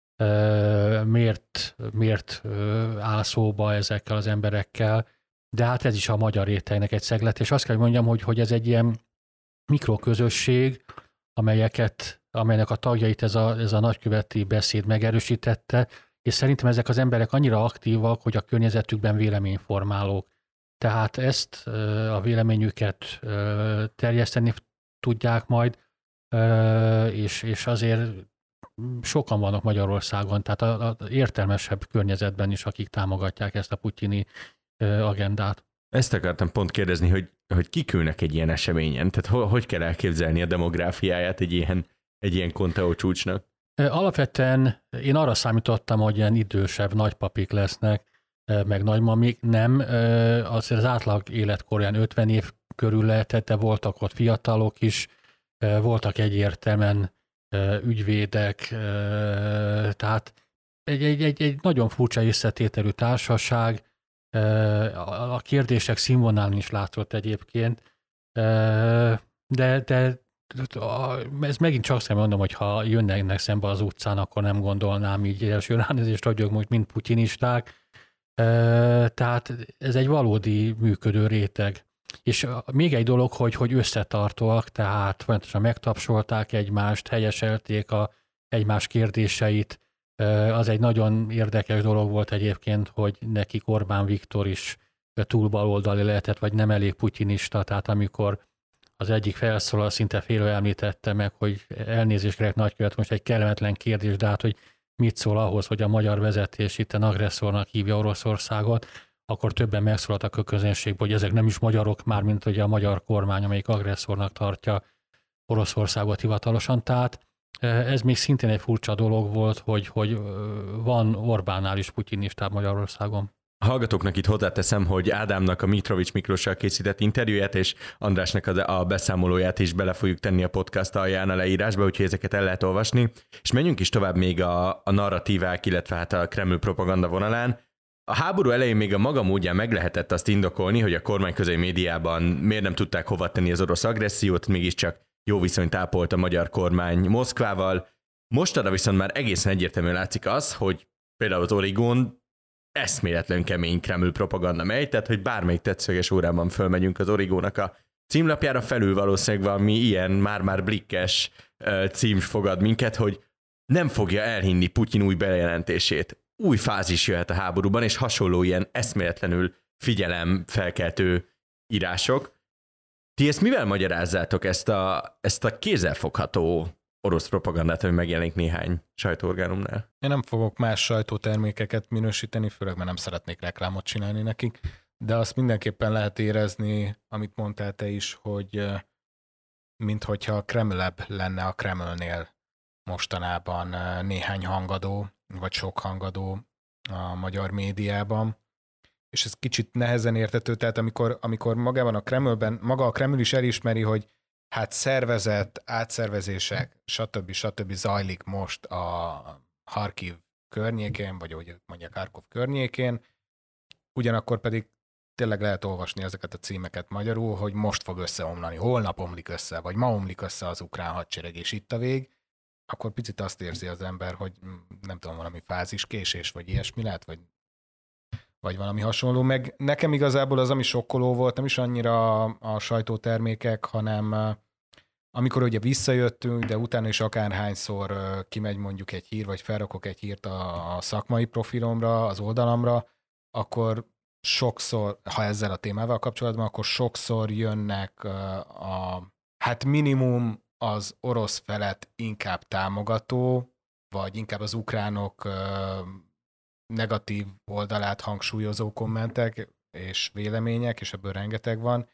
miért, miért áll szóba ezekkel az emberekkel, de hát ez is a magyar rétegnek egy szeglet, és azt kell, hogy mondjam, hogy, hogy ez egy ilyen mikroközösség, amelyeket, amelynek a tagjait ez a, ez a nagyköveti beszéd megerősítette, és szerintem ezek az emberek annyira aktívak, hogy a környezetükben véleményformálók. Tehát ezt a véleményüket terjeszteni tudják majd, és, és azért sokan vannak Magyarországon, tehát az értelmesebb környezetben is, akik támogatják ezt a putyini agendát. Ezt akartam pont kérdezni, hogy, hogy kik ülnek egy ilyen eseményen? Tehát ho, hogy kell elképzelni a demográfiáját egy ilyen, egy ilyen Conteo csúcsnak? Alapvetően én arra számítottam, hogy ilyen idősebb nagypapik lesznek, meg nagymamik. Nem, azért az átlag életkor olyan ötven év körül lehetett, de voltak ott fiatalok is, voltak egyértelműen ügyvédek, tehát egy, egy, egy, egy nagyon furcsa összetételű társaság, a kérdések színvonalán is látszott egyébként, de, de ez megint csak szemben mondom, hogy ha jönnek szembe az utcán, akkor nem gondolnám így első ránézést, hogy ők most mind putyinisták, tehát ez egy valódi működő réteg. És még egy dolog, hogy, hogy összetartóak, tehát folyamatosan megtapsolták egymást, helyeselték a egymás kérdéseit. Az egy nagyon érdekes dolog volt egyébként, hogy neki Orbán Viktor is túl baloldali lehetett, vagy nem elég putyinista, tehát amikor az egyik felszólal szinte félve említette meg, hogy elnézést kérek nagykövet, most egy kellemetlen kérdés, de hát, hogy mit szól ahhoz, hogy a magyar vezetés itten agresszornak hívja Oroszországot, akkor többen megszólaltak a közönségben, hogy ezek nem is magyarok, mármint ugye a magyar kormány, amelyik agresszornak tartja Oroszországot hivatalosan. Tehát ez még szintén egy furcsa dolog volt, hogy, hogy van Orbánnál is putyinistább Magyarországon. A hallgatóknak itt hozzáteszem, hogy Ádámnak a Mitrovics Miklóssal készített interjúját és Andrásnak a beszámolóját is bele fogjuk tenni a podcast alján a leírásba, úgyhogy ezeket el lehet olvasni. És menjünk is tovább még a, a narratívák, illetve hát a Kreml propaganda vonalán. A háború elején még a maga módján meg lehetett azt indokolni, hogy a kormányközeli médiában miért nem tudták hova tenni az orosz agressziót, mégiscsak jó viszonyt ápolt a magyar kormány Moszkvával. Mostanra viszont már egészen egyértelműen látszik az, hogy például az Origón eszméletlen kemény Kreml propaganda megy, tehát hogy bármelyik tetszőleges órában fölmegyünk az Origónak a címlapjára felül valószínűleg valami ilyen már-már blikkes cím fogad minket, hogy nem fogja elhinni Putyin új bejelentését. Új fázis jöhet a háborúban, és hasonló ilyen eszméletlenül figyelemfelkeltő írások. Ti ezt mivel magyarázzátok, ezt a, ezt a kézzelfogható orosz propagandát, hogy megjelenik néhány sajtóorgánumnál? Én nem fogok más sajtótermékeket minősíteni, főleg mert nem szeretnék reklámot csinálni nekik, de azt mindenképpen lehet érezni, amit mondtál te is, hogy minthogyha a Kremlebb lenne a Kremlnél mostanában néhány hangadó, vagy sok hangadó a magyar médiában, és ez kicsit nehezen értető, tehát amikor, amikor magában a Kremlben, maga a Kreml is elismeri, hogy hát szervezett átszervezések, stb. stb. Zajlik most a Harkiv környékén, vagy ahogy mondják, Kharkov környékén, ugyanakkor pedig tényleg lehet olvasni ezeket a címeket magyarul, hogy most fog összeomlani, holnap omlik össze, vagy ma omlik össze az ukrán hadsereg, és itt a vég, akkor picit azt érzi az ember, hogy nem tudom, valami fáziskésés, vagy ilyesmi lehet, vagy, vagy valami hasonló. Meg nekem igazából az, ami sokkoló volt, nem is annyira a, a sajtótermékek, hanem amikor ugye visszajöttünk, de utána is akárhányszor kimegy mondjuk egy hír, vagy felrakok egy hírt a, a szakmai profilomra, az oldalamra, akkor sokszor, ha ezzel a témával kapcsolatban, akkor sokszor jönnek a, hát minimum az orosz felet inkább támogató, vagy inkább az ukránok negatív oldalát hangsúlyozó kommentek és vélemények, és ebből rengeteg van,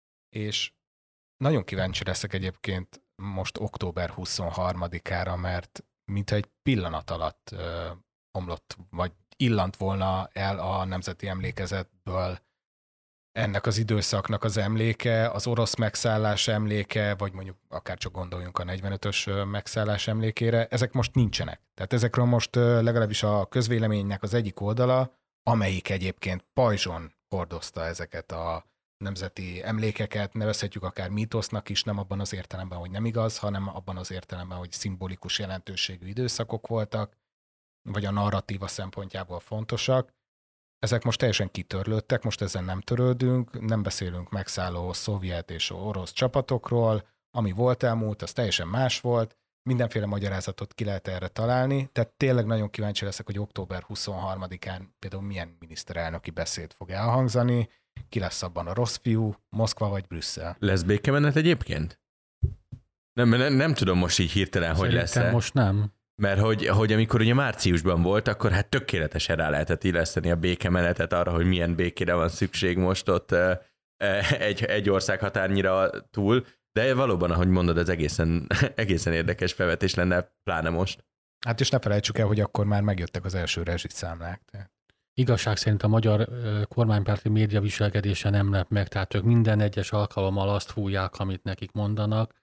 és nagyon kíváncsi leszek egyébként most október huszonharmadikára, mert mintha egy pillanat alatt ö, omlott, vagy illant volna el a nemzeti emlékezetből ennek az időszaknak az emléke, az orosz megszállás emléke, vagy mondjuk akár csak gondoljunk a negyvenötös megszállás emlékére, ezek most nincsenek. Tehát ezekről most legalábbis a közvéleménynek az egyik oldala, amelyik egyébként pajzson hordozta ezeket a nemzeti emlékeket, nevezhetjük akár mítosznak is, nem abban az értelemben, hogy nem igaz, hanem abban az értelemben, hogy szimbolikus jelentőségű időszakok voltak, vagy a narratíva szempontjából fontosak. Ezek most teljesen kitörlődtek, most ezen nem törődünk, nem beszélünk megszálló szovjet és orosz csapatokról, ami volt elmúlt, az teljesen más volt, mindenféle magyarázatot ki lehet erre találni, tehát tényleg nagyon kíváncsi leszek, hogy október huszonharmadikán például milyen miniszterelnöki beszéd fog elhangzani, ki lesz abban a rossz fiú, Moszkva vagy Brüsszel. Lesz békemenet egyébként? Nem, nem, nem tudom most így hirtelen, Szerintem hogy lesz-e. most nem. Mert hogy, hogy amikor ugye márciusban volt, akkor hát tökéletesen rá lehetett illeszteni a békemenetet arra, hogy milyen békére van szükség most ott egy, egy ország határnyira túl, de valóban, ahogy mondod, ez egészen, egészen érdekes felvetés lenne, pláne most. Hát és ne felejtsük el, hogy akkor már megjöttek az első rezsiszámlák. Tehát. Igazság szerint a magyar kormánypárti média viselkedése nem lep meg, tehát ők minden egyes alkalommal azt fújják, amit nekik mondanak,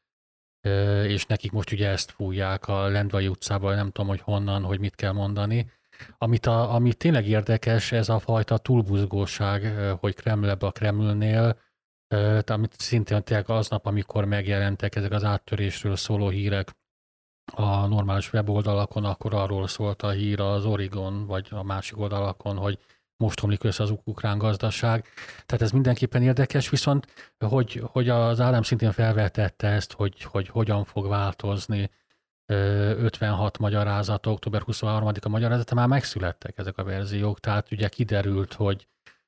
és nekik most ugye ezt fújják a Lendvai utcában, nem tudom, hogy honnan, hogy mit kell mondani. Amit, a, amit tényleg érdekes, ez a fajta túlbuzgóság, hogy Kremlebb a Kremlnél, amit szintén tényleg aznap, amikor megjelentek ezek az áttörésről szóló hírek a normális weboldalakon, akkor arról szólt a hír az Origon, vagy a másik oldalakon, hogy most omlik össze az ukrán gazdaság. Tehát ez mindenképpen érdekes, viszont hogy, hogy az állam szintén felvetette ezt, hogy, hogy hogyan fog változni ötvenhat magyarázat, október huszonharmadika magyarázata, már megszülettek ezek a verziók, tehát ugye kiderült, hogy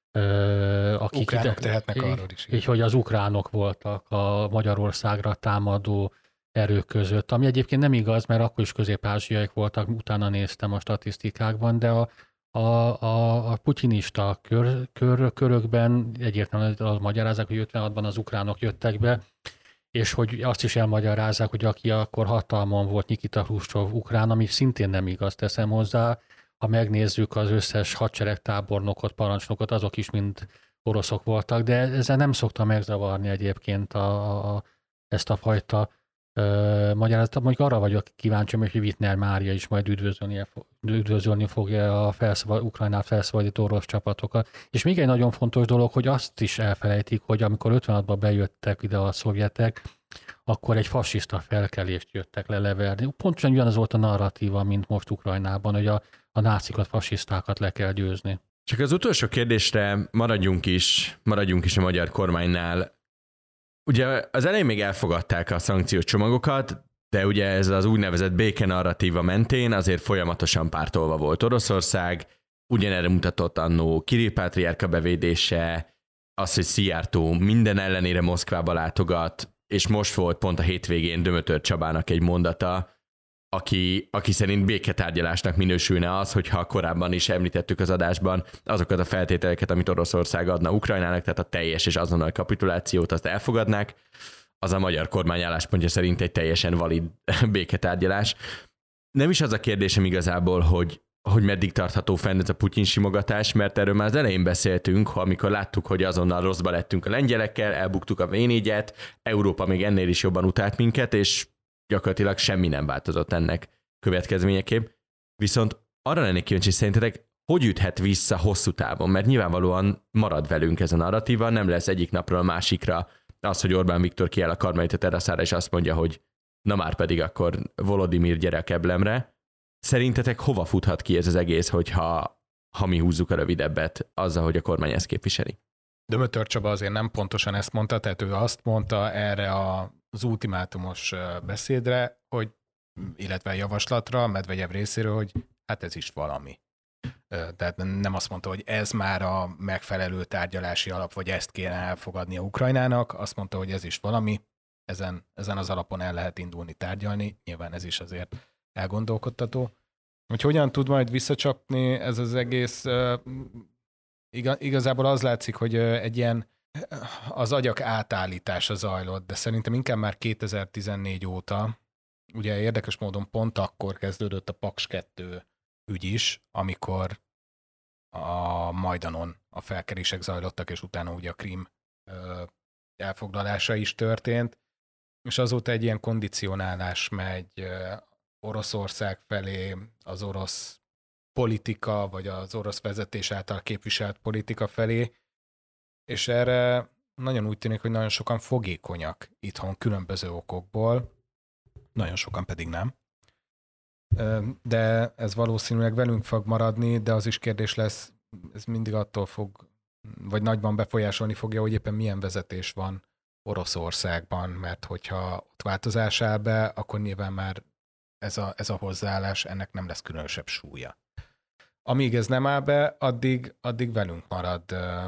akik ukránok tehetnek így, arról is. Így, hogy az ukránok voltak a Magyarországra támadó erők között, ami egyébként nem igaz, mert akkor is közép-ázsiaiak voltak, utána néztem a statisztikákban, de a A, a, a putyinista kör, kör, körökben egyértelműen magyarázzák, hogy ötvenhatban az ukránok jöttek be, és hogy azt is elmagyarázzák, hogy aki akkor hatalmon volt, Nikita Hruscsov ukrán, ami szintén nem igaz, teszem hozzá. Ha megnézzük az összes hadseregtábornokot, parancsnokot, azok is mind oroszok voltak, de ezzel nem szokta megzavarni egyébként a, a, ezt a fajta Uh, magyarázatot. Mondjuk arra vagyok kíváncsi, hogy Wittner Mária is majd üdvözölni, üdvözölni fogja a felszabad, Ukrajnát felszabadító orosz csapatokat. És még egy nagyon fontos dolog, hogy azt is elfelejtik, hogy amikor ötvenhatban bejöttek ide a szovjetek, akkor egy fasiszta felkelést jöttek le leverni. Pontosan ugyanaz volt a narratíva, mint most Ukrajnában, hogy a, a nácikat, fasisztákat le kell győzni. Csak az utolsó kérdésre maradjunk is, maradjunk is a magyar kormánynál. Ugye az elején még elfogadták a szankciós csomagokat, de ugye ez az úgynevezett békenarratíva mentén azért folyamatosan pártolva volt Oroszország, ugyanerre mutatott annó Kirill pátriárka bevédése, az, hogy Szijjártó minden ellenére Moszkvába látogat, és most volt pont a hétvégén Dömötör Csabának egy mondata, aki, aki szerint béketárgyalásnak minősülne az, hogyha korábban is említettük az adásban azokat a feltételeket, amit Oroszország adna Ukrajnának, tehát a teljes és azonnal kapitulációt, azt elfogadnák, az a magyar kormány álláspontja szerint egy teljesen valid béketárgyalás. Nem is az a kérdésem igazából, hogy, hogy meddig tartható fenn ez a Putyin simogatás, mert erről már az elején beszéltünk, amikor láttuk, hogy azonnal rosszba lettünk a lengyelekkel, elbuktuk a vé négyet, Európa még ennél is jobban utált minket, és gyakorlatilag semmi nem változott ennek következményeképp. Viszont arra lennék kíváncsi, szerintetek, hogy üthet vissza hosszú távon, mert nyilvánvalóan marad velünk ez a narratíva, nem lesz egyik napról a másikra az, hogy Orbán Viktor kiáll a Karmelita teraszára, és azt mondja, hogy na már pedig akkor Volodymyr, gyere a keblemre. Szerintetek hova futhat ki ez az egész, hogyha ha mi húzzuk a rövidebbet azzal, hogy a kormány ezt képviseli? Dömötör Csaba azért nem pontosan ezt mondta, tehát ő azt mondta erre az ultimátumos beszédre, hogy, illetve a javaslatra Medvegyev részéről, hogy hát ez is valami. Tehát nem azt mondta, hogy ez már a megfelelő tárgyalási alap, vagy ezt kéne elfogadnia Ukrajnának, azt mondta, hogy ez is valami, ezen, ezen az alapon el lehet indulni tárgyalni, nyilván ez is azért elgondolkodtató. Hogy hogyan tud majd visszacsapni ez az egész, igazából az látszik, hogy egy ilyen az agyak átállítása zajlott, de szerintem inkább már kétezer-tizennégy óta, ugye érdekes módon pont akkor kezdődött a Paks kettő ügy is, amikor a Majdanon a felkerések zajlottak, és utána ugye a Krím elfoglalása is történt, és azóta egy ilyen kondicionálás megy Oroszország felé, az orosz politika, vagy az orosz vezetés által képviselt politika felé, és erre nagyon úgy tűnik, hogy nagyon sokan fogékonyak itthon különböző okokból, nagyon sokan pedig nem. De ez valószínűleg velünk fog maradni, de az is kérdés lesz, ez mindig attól fog, vagy nagyban befolyásolni fogja, hogy éppen milyen vezetés van Oroszországban, mert hogyha ott változás áll be, akkor nyilván már ez a, ez a hozzáállás, ennek nem lesz különösebb súlya. Amíg ez nem áll be, addig, addig velünk marad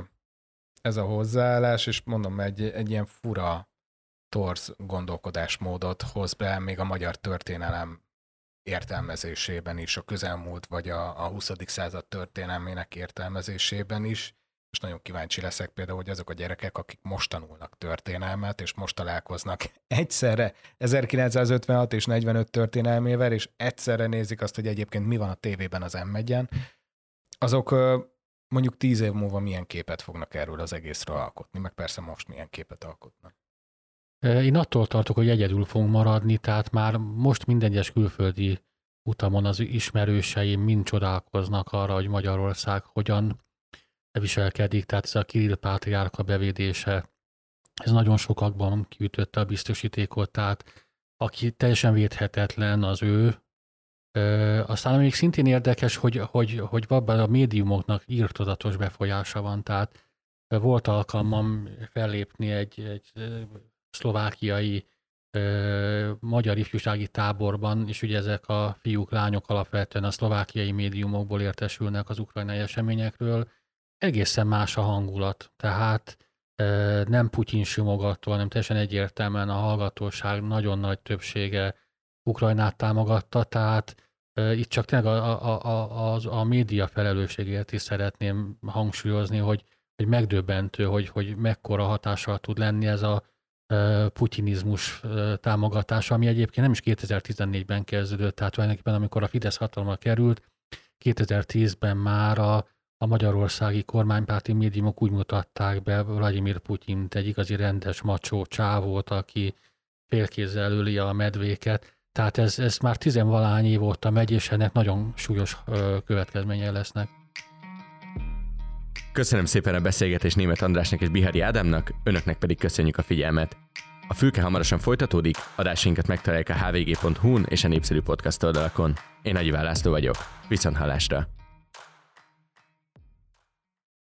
ez a hozzáállás, és mondom, egy, egy ilyen fura, torz gondolkodásmódot hoz be még a magyar történelem értelmezésében is, a közelmúlt vagy a, a huszadik század történelmének értelmezésében is, és nagyon kíváncsi leszek például, hogy azok a gyerekek, akik most tanulnak történelmet, és most találkoznak egyszerre ezerkilencszázötvenhat és negyvenöt történelmével, és egyszerre nézik azt, hogy egyébként mi van a tévében az em egyen, azok mondjuk tíz év múlva milyen képet fognak erről az egészről alkotni, meg persze most milyen képet alkotnak. Én attól tartok, hogy egyedül fogunk maradni, tehát már most minden egyes külföldi utamon az ismerőseim mind csodálkoznak arra, hogy Magyarország hogyan viselkedik, tehát ez a Kirill pátriárka bevédése, ez nagyon sokakban kiütötte a biztosítékot, tehát aki teljesen védhetetlen, az ő. Ö, aztán még szintén érdekes, hogy, hogy, hogy valóban a médiumoknak írtozatos befolyása van, tehát volt alkalmam fellépni egy, egy szlovákiai ö, magyar ifjúsági táborban, és ugye ezek a fiúk, lányok alapvetően a szlovákiai médiumokból értesülnek az ukrajnai eseményekről. Egészen más a hangulat, tehát ö, nem Putyin simogató, hanem teljesen egyértelműen a hallgatóság nagyon nagy többsége Ukrajnát támogatta, tehát ö, itt csak tényleg a, a, a, a, a média felelősségét is szeretném hangsúlyozni, hogy, hogy megdöbbentő, hogy, hogy mekkora hatással tud lenni ez a putyinizmus támogatása, ami egyébként nem is kétezer-tizennégyben kezdődött, tehát tulajdonképpen amikor a Fidesz hatalomra került, kétezer-tízben már a, a magyarországi kormánypárti médiumok úgy mutatták be Vladimir Putyint, egy igazi rendes macsó csávót, aki félkézzel öli a medvéket, tehát ez, ez már tizenvalány év óta megy, és ennek nagyon súlyos következményei lesznek. Köszönöm szépen a beszélgetést Németh Andrásnak és Bihari Ádámnak, önöknek pedig köszönjük a figyelmet. A Fülke hamarosan folytatódik, adásainkat megtalálják a h v g pont hu-n és a népszerű podcast oldalakon. Én Nagy Iván László vagyok, viszonthallásra!